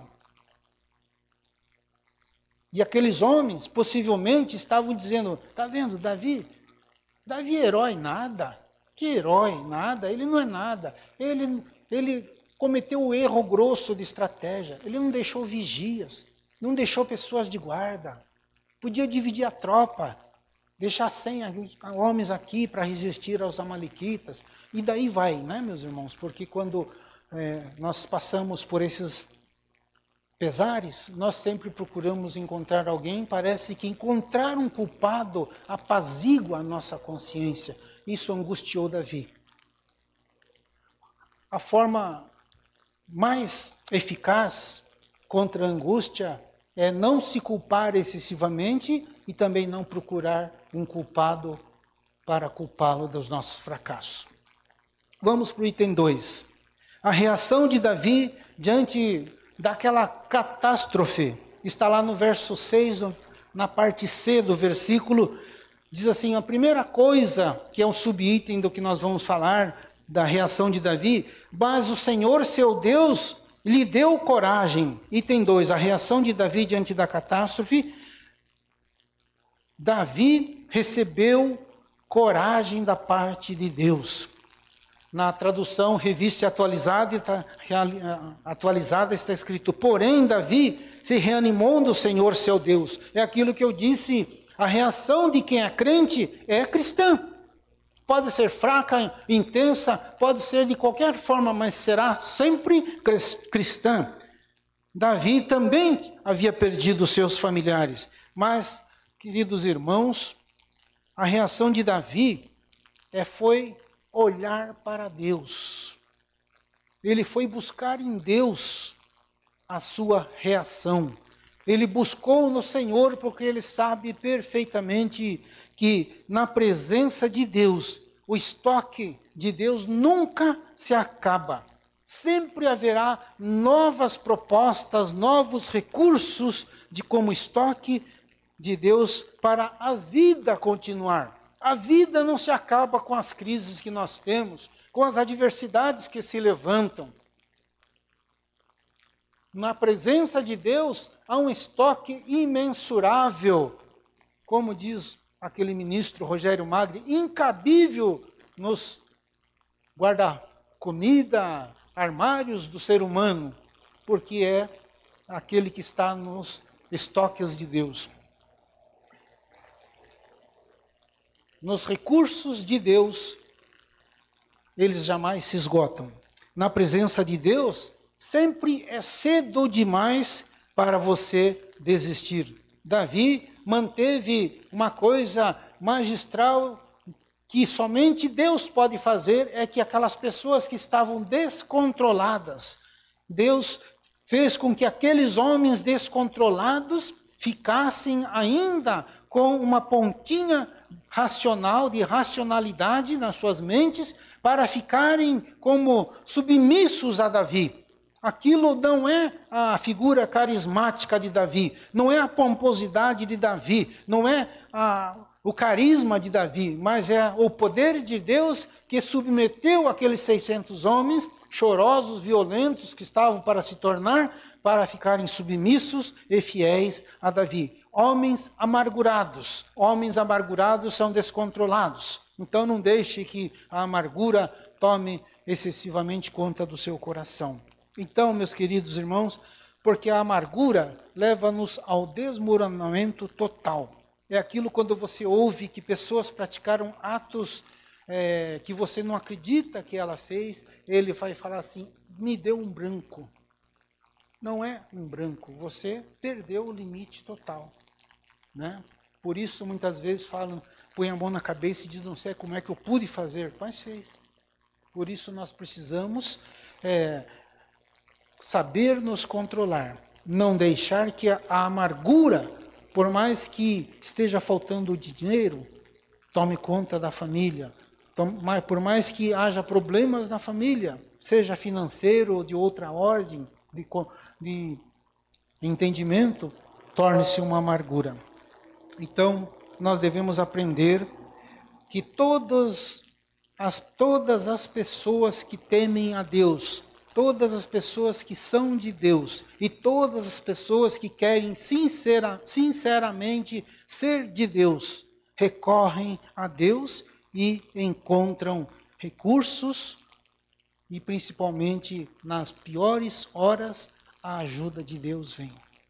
E aqueles homens possivelmente estavam dizendo, tá vendo, Davi, Davi é herói nada, que herói nada, ele não é nada, ele, ele cometeu o erro grosso de estratégia, ele não deixou vigias, não deixou pessoas de guarda, podia dividir a tropa, deixar cem homens aqui para resistir aos amalequitas, e daí vai, né, meus irmãos, porque quando é, nós passamos por esses pesares, nós sempre procuramos encontrar alguém, parece que encontrar um culpado apazigua a nossa consciência. Isso angustiou Davi. A forma mais eficaz contra a angústia é não se culpar excessivamente e também não procurar um culpado para culpá-lo dos nossos fracassos. Vamos para o item dois. A reação de Davi diante daquela catástrofe, está lá no verso seis, na parte C do versículo, diz assim, a primeira coisa, que é um subitem do que nós vamos falar, da reação de Davi, mas o Senhor seu Deus lhe deu coragem. Item dois, a reação de Davi diante da catástrofe, Davi recebeu coragem da parte de Deus. Na tradução revista atualizada está, atualizada está escrito, porém Davi se reanimou do Senhor seu Deus. É aquilo que eu disse, a reação de quem é crente é cristã. Pode ser fraca, intensa, pode ser de qualquer forma, mas será sempre cristã. Davi também havia perdido seus familiares, mas, queridos irmãos, a reação de Davi é, foi olhar para Deus. Ele foi buscar em Deus a sua reação. Ele buscou no Senhor porque ele sabe perfeitamente que na presença de Deus, o estoque de Deus nunca se acaba. Sempre haverá novas propostas, novos recursos de como estoque de Deus para a vida continuar. A vida não se acaba com as crises que nós temos, com as adversidades que se levantam. Na presença de Deus há um estoque imensurável, como diz aquele ministro Rogério Magri, incabível nos guarda-comida, armários do ser humano, porque é aquele que está nos estoques de Deus. Nos recursos de Deus, eles jamais se esgotam. Na presença de Deus, sempre é cedo demais para você desistir. Davi manteve uma coisa magistral que somente Deus pode fazer, é que aquelas pessoas que estavam descontroladas, Deus fez com que aqueles homens descontrolados ficassem ainda com uma pontinha racional, de racionalidade nas suas mentes, para ficarem como submissos a Davi. Aquilo não é a figura carismática de Davi, não é a pomposidade de Davi, não é a, o carisma de Davi, mas é o poder de Deus que submeteu aqueles seiscentos homens, chorosos, violentos, que estavam para se tornar, para ficarem submissos e fiéis a Davi. Homens amargurados, homens amargurados são descontrolados. Então não deixe que a amargura tome excessivamente conta do seu coração. Então, meus queridos irmãos, porque a amargura leva-nos ao desmoronamento total. É aquilo quando você ouve que pessoas praticaram atos é, que você não acredita que ela fez, ele vai falar assim, me deu um branco. Não é um branco, você perdeu o limite total. Né? Por isso, muitas vezes falam, põe a mão na cabeça e diz, não sei como é que eu pude fazer, mas fez. Por isso nós precisamos é, saber nos controlar, não deixar que a, a amargura por mais que esteja faltando dinheiro, tome conta da família. Por mais que haja problemas na família, seja financeiro ou de outra ordem, de, de entendimento, torne-se uma amargura. Então, nós devemos aprender que todas as, todas as pessoas que temem a Deus, todas as pessoas que são de Deus e todas as pessoas que querem sincera, sinceramente ser de Deus, recorrem a Deus e encontram recursos e principalmente nas piores horas a ajuda de Deus vem.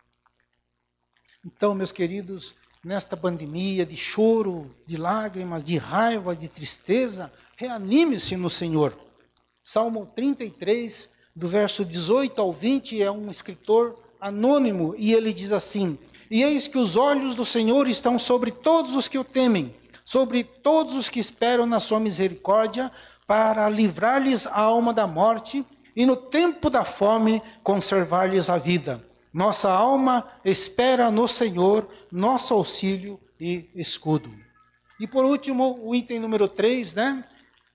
Então, meus queridos, nesta pandemia de choro, de lágrimas, de raiva, de tristeza, reanime-se no Senhor. Salmo trinta e três, do verso dezoito ao vinte, é um escritor anônimo e ele diz assim: E eis que os olhos do Senhor estão sobre todos os que o temem, sobre todos os que esperam na sua misericórdia, para livrar-lhes a alma da morte e no tempo da fome conservar-lhes a vida. Nossa alma espera no Senhor, nosso auxílio e escudo. E por último, o item número três, né?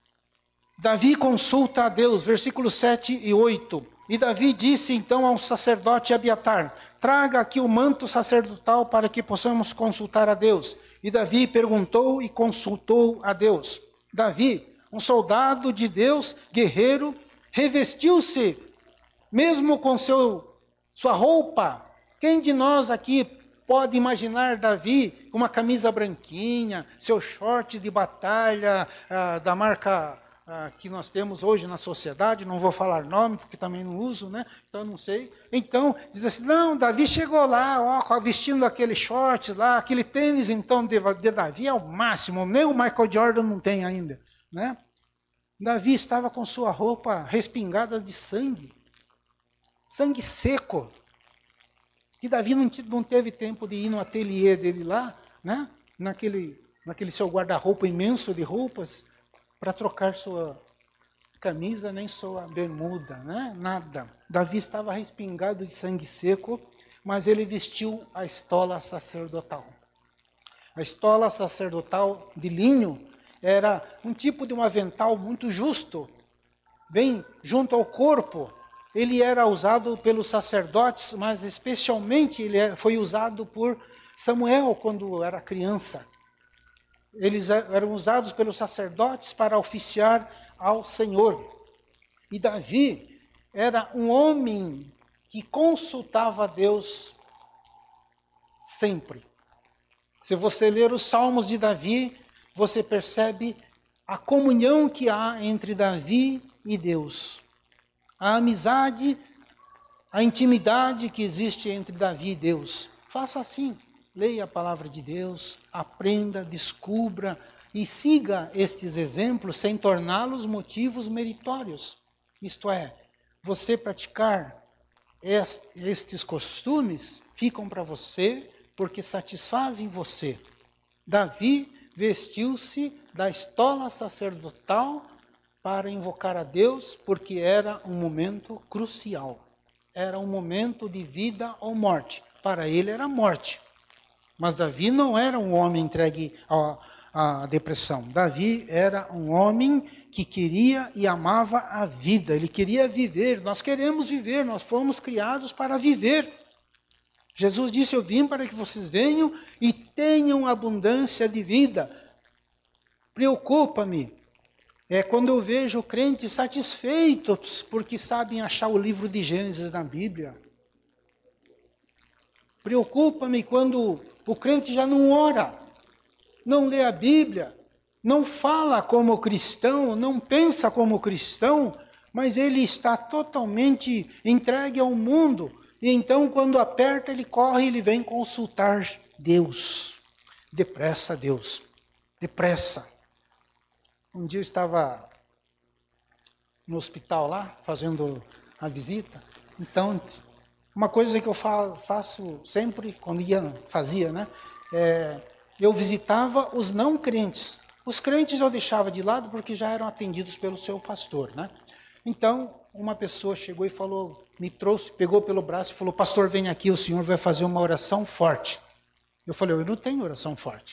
Davi consulta a Deus, versículos sete e oito. E Davi disse então ao sacerdote Abiatar: Traga aqui o manto sacerdotal para que possamos consultar a Deus. E Davi perguntou e consultou a Deus. Davi, um soldado de Deus, guerreiro, revestiu-se, mesmo com seu, sua roupa. Quem de nós aqui pode imaginar Davi com uma camisa branquinha, seu short de batalha, ah, da marca ah, que nós temos hoje na sociedade, não vou falar nome, porque também não uso, né? Então não sei. Então, diz assim, não, Davi chegou lá, ó, vestindo aquele shorts lá, aquele tênis, então, de, de Davi é o máximo, nem o Michael Jordan não tem ainda, né? Davi estava com sua roupa respingada de sangue, sangue seco, que Davi não, não teve tempo de ir no ateliê dele lá, né? naquele, naquele seu guarda-roupa imenso de roupas, para trocar sua camisa, nem sua bermuda, né? Nada. Davi estava respingado de sangue seco, mas ele vestiu a estola sacerdotal. A estola sacerdotal de linho era um tipo de um avental muito justo, bem junto ao corpo. Ele era usado pelos sacerdotes, mas especialmente ele foi usado por Samuel quando era criança. Eles eram usados pelos sacerdotes para oficiar ao Senhor. E Davi era um homem que consultava a Deus sempre. Se você ler os Salmos de Davi, você percebe a comunhão que há entre Davi e Deus. A amizade, a intimidade que existe entre Davi e Deus. Faça assim, leia a palavra de Deus, aprenda, descubra e siga estes exemplos sem torná-los motivos meritórios. Isto é, você praticar estes costumes ficam para você porque satisfazem você. Davi vestiu-se da estola sacerdotal para invocar a Deus, porque era um momento crucial. Era um momento de vida ou morte. Para ele era morte. Mas Davi não era um homem entregue à, à depressão. Davi era um homem que queria e amava a vida. Ele queria viver. Nós queremos viver, nós fomos criados para viver. Jesus disse, eu vim para que vocês venham e tenham abundância de vida. Preocupa-me. É quando eu vejo crentes satisfeitos porque sabem achar o livro de Gênesis na Bíblia. Preocupa-me quando o crente já não ora, não lê a Bíblia, não fala como cristão, não pensa como cristão, mas ele está totalmente entregue ao mundo. E então, quando aperta, ele corre e ele vem consultar Deus. Depressa, Deus. Depressa. Um dia eu estava no hospital lá, fazendo a visita. Então, uma coisa que eu faço sempre, quando ia, fazia, né? É, eu visitava os não crentes. Os crentes eu deixava de lado porque já eram atendidos pelo seu pastor, né? Então, uma pessoa chegou e falou, me trouxe, pegou pelo braço e falou, pastor, vem aqui, o senhor vai fazer uma oração forte. Eu falei, eu não tenho oração forte.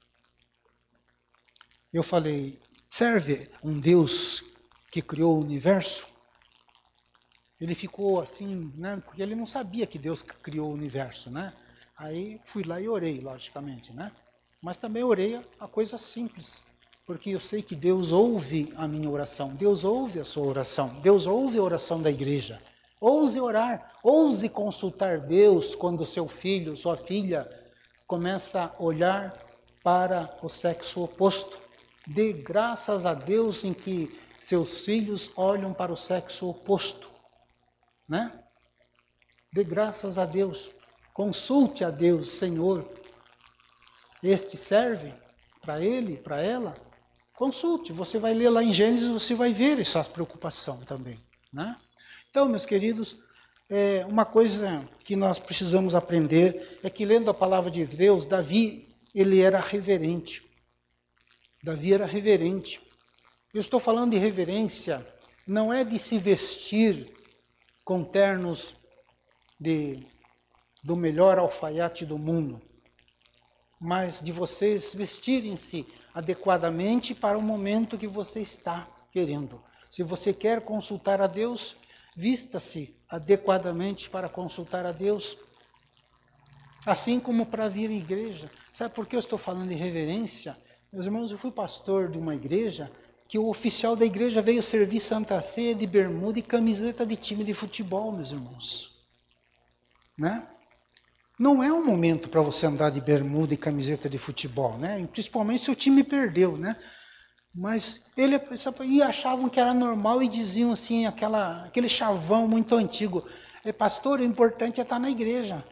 Eu falei, serve um Deus que criou o universo? Ele ficou assim, né? Porque ele não sabia que Deus criou o universo, né? Aí fui lá e orei, logicamente, né? Mas também orei a coisa simples, porque eu sei que Deus ouve a minha oração, Deus ouve a sua oração, Deus ouve a oração da igreja. Ouse orar, ouse consultar Deus quando seu filho, sua filha, começa a olhar para o sexo oposto. Dê graças a Deus em que seus filhos olham para o sexo oposto, né? Dê graças a Deus, consulte a Deus, Senhor, este serve para ele, para ela? Consulte, você vai ler lá em Gênesis, você vai ver essa preocupação também, né? Então, meus queridos, é, uma coisa que nós precisamos aprender é que, lendo a palavra de Deus, Davi, ele era reverente. Davi era reverente. Eu estou falando de reverência, não é de se vestir com ternos de, do melhor alfaiate do mundo, mas de vocês vestirem-se adequadamente para o momento que você está querendo. Se você quer consultar a Deus, vista-se adequadamente para consultar a Deus, assim como para vir à igreja. Sabe por que eu estou falando de reverência? Meus irmãos, eu fui pastor de uma igreja que o oficial da igreja veio servir Santa Ceia de bermuda e camiseta de time de futebol, meus irmãos. Né? Não é um momento para você andar de bermuda e camiseta de futebol, né? Principalmente se o time perdeu, né? Mas ele e achavam que era normal e diziam assim, aquela, aquele chavão muito antigo, pastor, o importante é estar na igreja.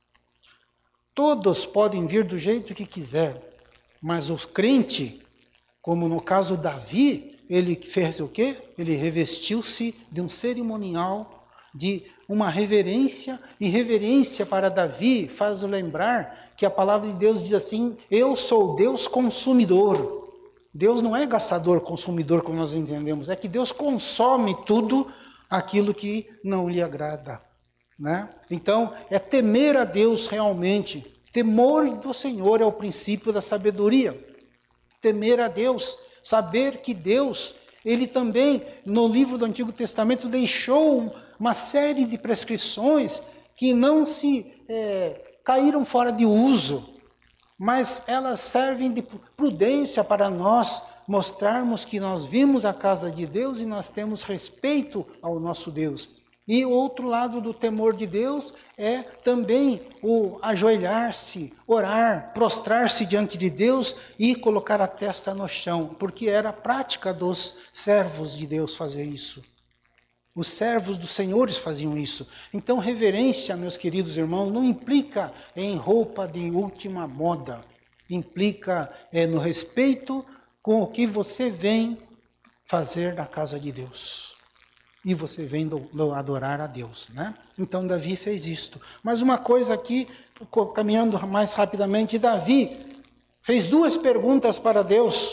Todos podem vir do jeito que quiser, mas o crente, como no caso Davi, ele fez o quê? Ele revestiu-se de um cerimonial, de uma reverência, e reverência para Davi faz lembrar que a palavra de Deus diz assim, eu sou Deus consumidor. Deus não é gastador, consumidor, como nós entendemos, é que Deus consome tudo aquilo que não lhe agrada, né? Então, é temer a Deus realmente. Temor do Senhor é o princípio da sabedoria. Temer a Deus, saber que Deus, ele também, no livro do Antigo Testamento, deixou uma série de prescrições que não se é, caíram fora de uso, mas elas servem de prudência para nós mostrarmos que nós vimos a casa de Deus e nós temos respeito ao nosso Deus. E o outro lado do temor de Deus é também o ajoelhar-se, orar, prostrar-se diante de Deus e colocar a testa no chão, porque era a prática dos servos de Deus fazer isso. Os servos dos senhores faziam isso. Então, reverência, meus queridos irmãos, não implica em roupa de última moda. Implica é, no respeito com o que você vem fazer na casa de Deus. E você vem do, do adorar a Deus, né? Então, Davi fez isto. Mas uma coisa aqui, caminhando mais rapidamente, Davi fez duas perguntas para Deus.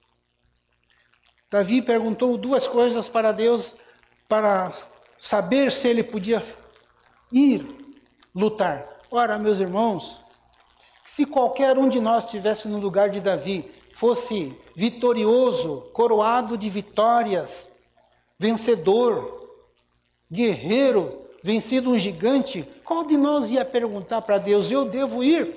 Davi perguntou duas coisas para Deus, para saber se ele podia ir lutar. Ora, meus irmãos, se qualquer um de nós estivesse no lugar de Davi, fosse vitorioso, coroado de vitórias, vencedor, guerreiro, vencido um gigante, qual de nós ia perguntar para Deus, eu devo ir?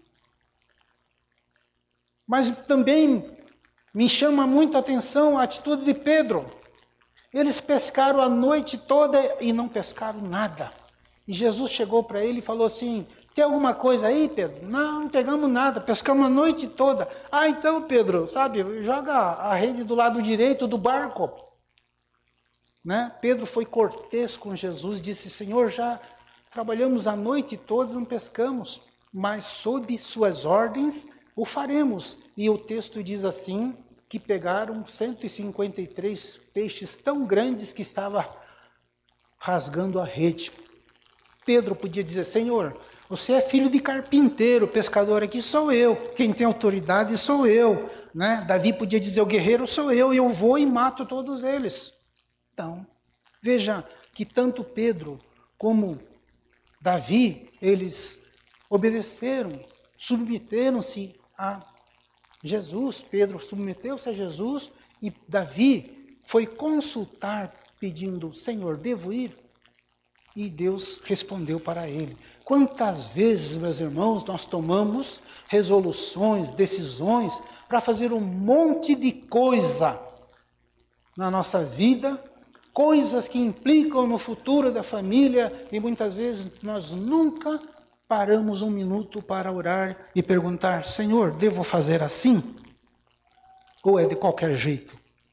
Mas também me chama muito a atenção a atitude de Pedro. Eles pescaram a noite toda e não pescaram nada. E Jesus chegou para ele e falou assim, tem alguma coisa aí, Pedro? Não, não pegamos nada, pescamos a noite toda. Ah, então, Pedro, sabe, joga a rede do lado direito do barco. Né? Pedro foi cortês com Jesus, disse, Senhor, já trabalhamos a noite toda e não pescamos, mas sob suas ordens o faremos. E o texto diz assim, que pegaram cento e cinquenta e três peixes tão grandes que estava rasgando a rede. Pedro podia dizer, Senhor, você é filho de carpinteiro, pescador aqui sou eu, quem tem autoridade sou eu. Né? Davi podia dizer, o guerreiro sou eu, e eu vou e mato todos eles. Então, veja que tanto Pedro como Davi, eles obedeceram submeteram-se a Jesus. Pedro submeteu-se a Jesus e Davi foi consultar pedindo, Senhor, devo ir? E Deus respondeu para ele. Quantas vezes, meus irmãos, nós tomamos resoluções, decisões para fazer um monte de coisa na nossa vida, coisas que implicam no futuro da família, e muitas vezes nós nunca paramos um minuto para orar e perguntar, Senhor, devo fazer assim? Ou é de qualquer jeito?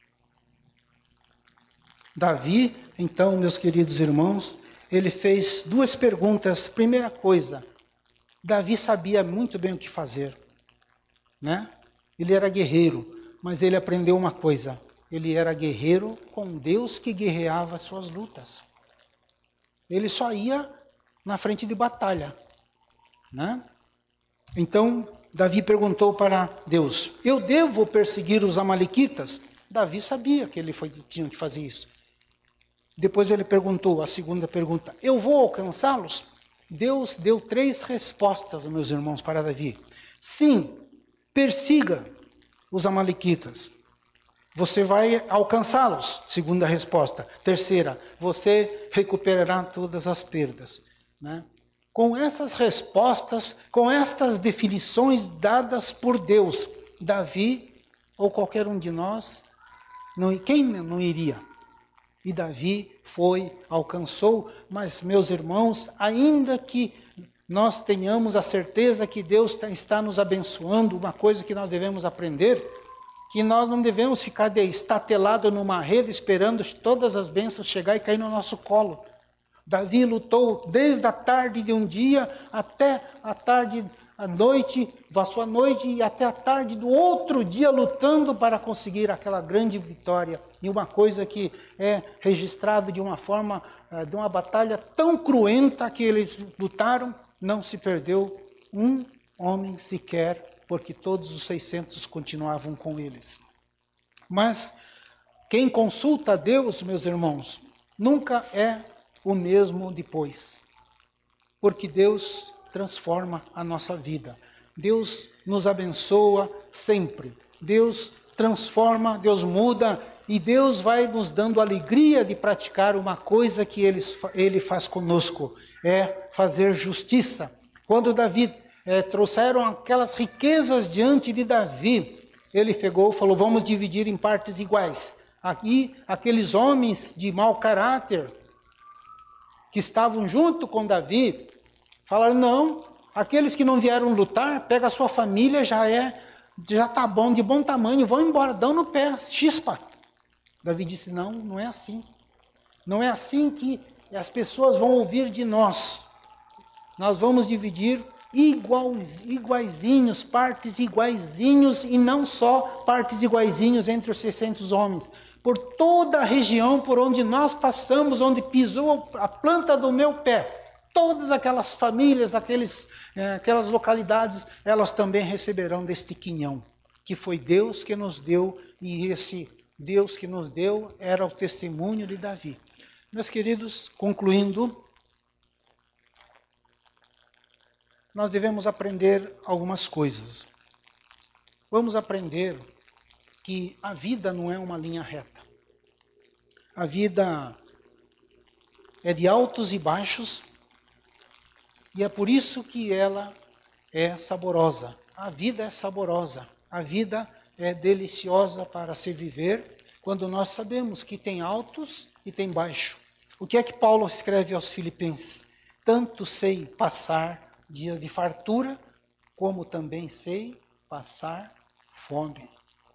Davi, então, meus queridos irmãos, ele fez duas perguntas. Primeira coisa, Davi sabia muito bem o que fazer, né? Ele era guerreiro, mas ele aprendeu uma coisa, ele era guerreiro com Deus que guerreava as suas lutas. Ele só ia na frente de batalha, né? Então, Davi perguntou para Deus, eu devo perseguir os amalequitas? Davi sabia que ele foi, tinha que fazer isso. Depois ele perguntou, a segunda pergunta, eu vou alcançá-los? Deus deu três respostas, meus irmãos, para Davi. Sim, persiga os amalequitas. Você vai alcançá-los, segunda resposta. Terceira, você recuperará todas as perdas, né? Com essas respostas, com estas definições dadas por Deus, Davi, ou qualquer um de nós, não, quem não iria? E Davi foi, alcançou, mas meus irmãos, ainda que nós tenhamos a certeza que Deus está nos abençoando, uma coisa que nós devemos aprender, que nós não devemos ficar estatelado numa rede esperando todas as bênçãos chegar e cair no nosso colo. Davi lutou desde a tarde de um dia até a tarde, a noite, passou a noite e até a tarde do outro dia lutando para conseguir aquela grande vitória. E uma coisa que é registrado de uma forma, de uma batalha tão cruenta que eles lutaram, não se perdeu um homem sequer, porque todos os seiscentos continuavam com eles. Mas quem consulta a Deus, meus irmãos, nunca é o mesmo depois, porque Deus transforma a nossa vida. Deus nos abençoa sempre. Deus transforma, Deus muda e Deus vai nos dando alegria de praticar uma coisa que ele, ele faz conosco, é fazer justiça. Quando Davi é, trouxeram aquelas riquezas diante de Davi, ele pegou e falou, vamos dividir em partes iguais. Aqui, aqueles homens de mau caráter que estavam junto com Davi, falaram, não, aqueles que não vieram lutar, pega a sua família, já é, já está bom, de bom tamanho, vão embora, dão no pé, chispa. Davi disse, não, não é assim. Não é assim que as pessoas vão ouvir de nós. Nós vamos dividir igual, iguaizinhos, partes iguaizinhos, e não só partes iguaizinhos entre os seiscentos homens. Por toda a região por onde nós passamos, onde pisou a planta do meu pé, todas aquelas famílias, aqueles, eh, aquelas localidades, elas também receberão deste quinhão, que foi Deus que nos deu, e esse Deus que nos deu era o testemunho de Davi. Meus queridos, concluindo, nós devemos aprender algumas coisas. Vamos aprender que a vida não é uma linha reta. A vida é de altos e baixos, e é por isso que ela é saborosa. A vida é saborosa, a vida é deliciosa para se viver, quando nós sabemos que tem altos e tem baixo. O que é que Paulo escreve aos Filipenses? Tanto sei passar dias de fartura, como também sei passar fome.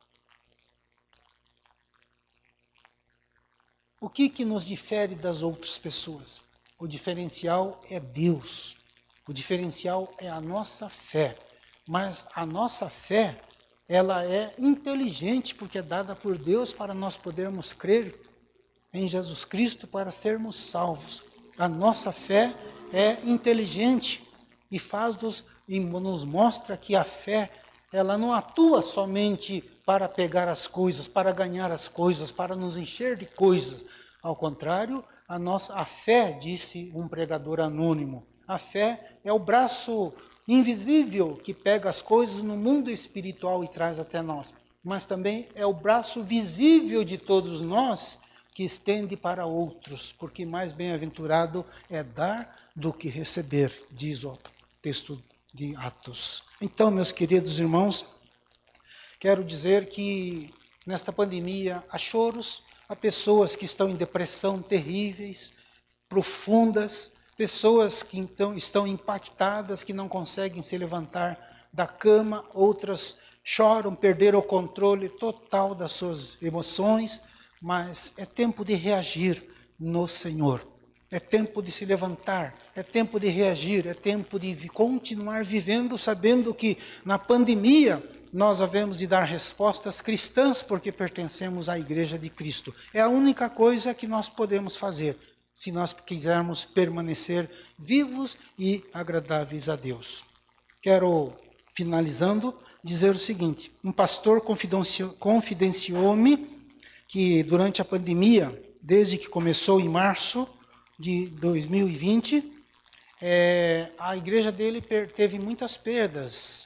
O que que nos difere das outras pessoas? O diferencial é Deus. O diferencial é a nossa fé. Mas a nossa fé, ela é inteligente, porque é dada por Deus para nós podermos crer em Jesus Cristo para sermos salvos. A nossa fé é inteligente e faz-nos e nos mostra que a fé, ela não atua somente para pegar as coisas, para ganhar as coisas, para nos encher de coisas. Ao contrário, a nossa a fé, disse um pregador anônimo, a fé é o braço invisível que pega as coisas no mundo espiritual e traz até nós, mas também é o braço visível de todos nós que estende para outros, porque mais bem-aventurado é dar do que receber, diz o texto de Atos. Então, meus queridos irmãos, quero dizer que nesta pandemia há choros, há pessoas que estão em depressão terríveis, profundas, pessoas que então estão impactadas, que não conseguem se levantar da cama, outras choram, perderam o controle total das suas emoções, mas é tempo de reagir no Senhor. É tempo de se levantar, é tempo de reagir, é tempo de continuar vivendo, sabendo que na pandemia nós havemos de dar respostas cristãs, porque pertencemos à Igreja de Cristo. É a única coisa que nós podemos fazer, se nós quisermos permanecer vivos e agradáveis a Deus. Quero, finalizando, dizer o seguinte: um pastor confidenciou-me que durante a pandemia, desde que começou em março de dois mil e vinte, é, a igreja dele teve muitas perdas.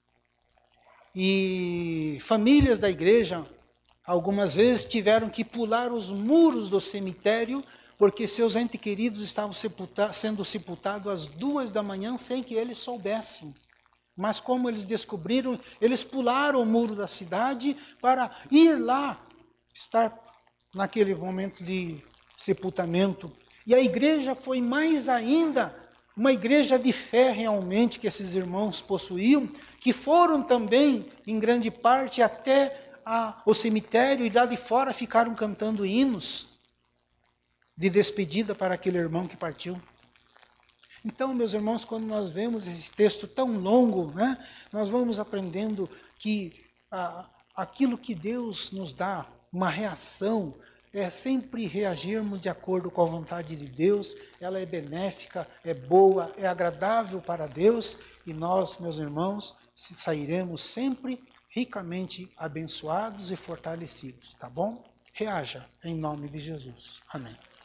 E famílias da igreja, algumas vezes, tiveram que pular os muros do cemitério, porque seus entes queridos estavam sepulta- sendo sepultados às duas da manhã sem que eles soubessem. Mas como eles descobriram, eles pularam o muro da cidade para ir lá, estar naquele momento de sepultamento. E a igreja foi mais ainda, uma igreja de fé realmente que esses irmãos possuíam, que foram também, em grande parte, até a, o cemitério e lá de fora ficaram cantando hinos de despedida para aquele irmão que partiu. Então, meus irmãos, quando nós vemos esse texto tão longo, né, nós vamos aprendendo que a, aquilo que Deus nos dá, uma reação, é sempre reagirmos de acordo com a vontade de Deus. Ela é benéfica, é boa, é agradável para Deus, e nós, meus irmãos, sairemos sempre ricamente abençoados e fortalecidos, tá bom? Reaja em nome de Jesus. Amém.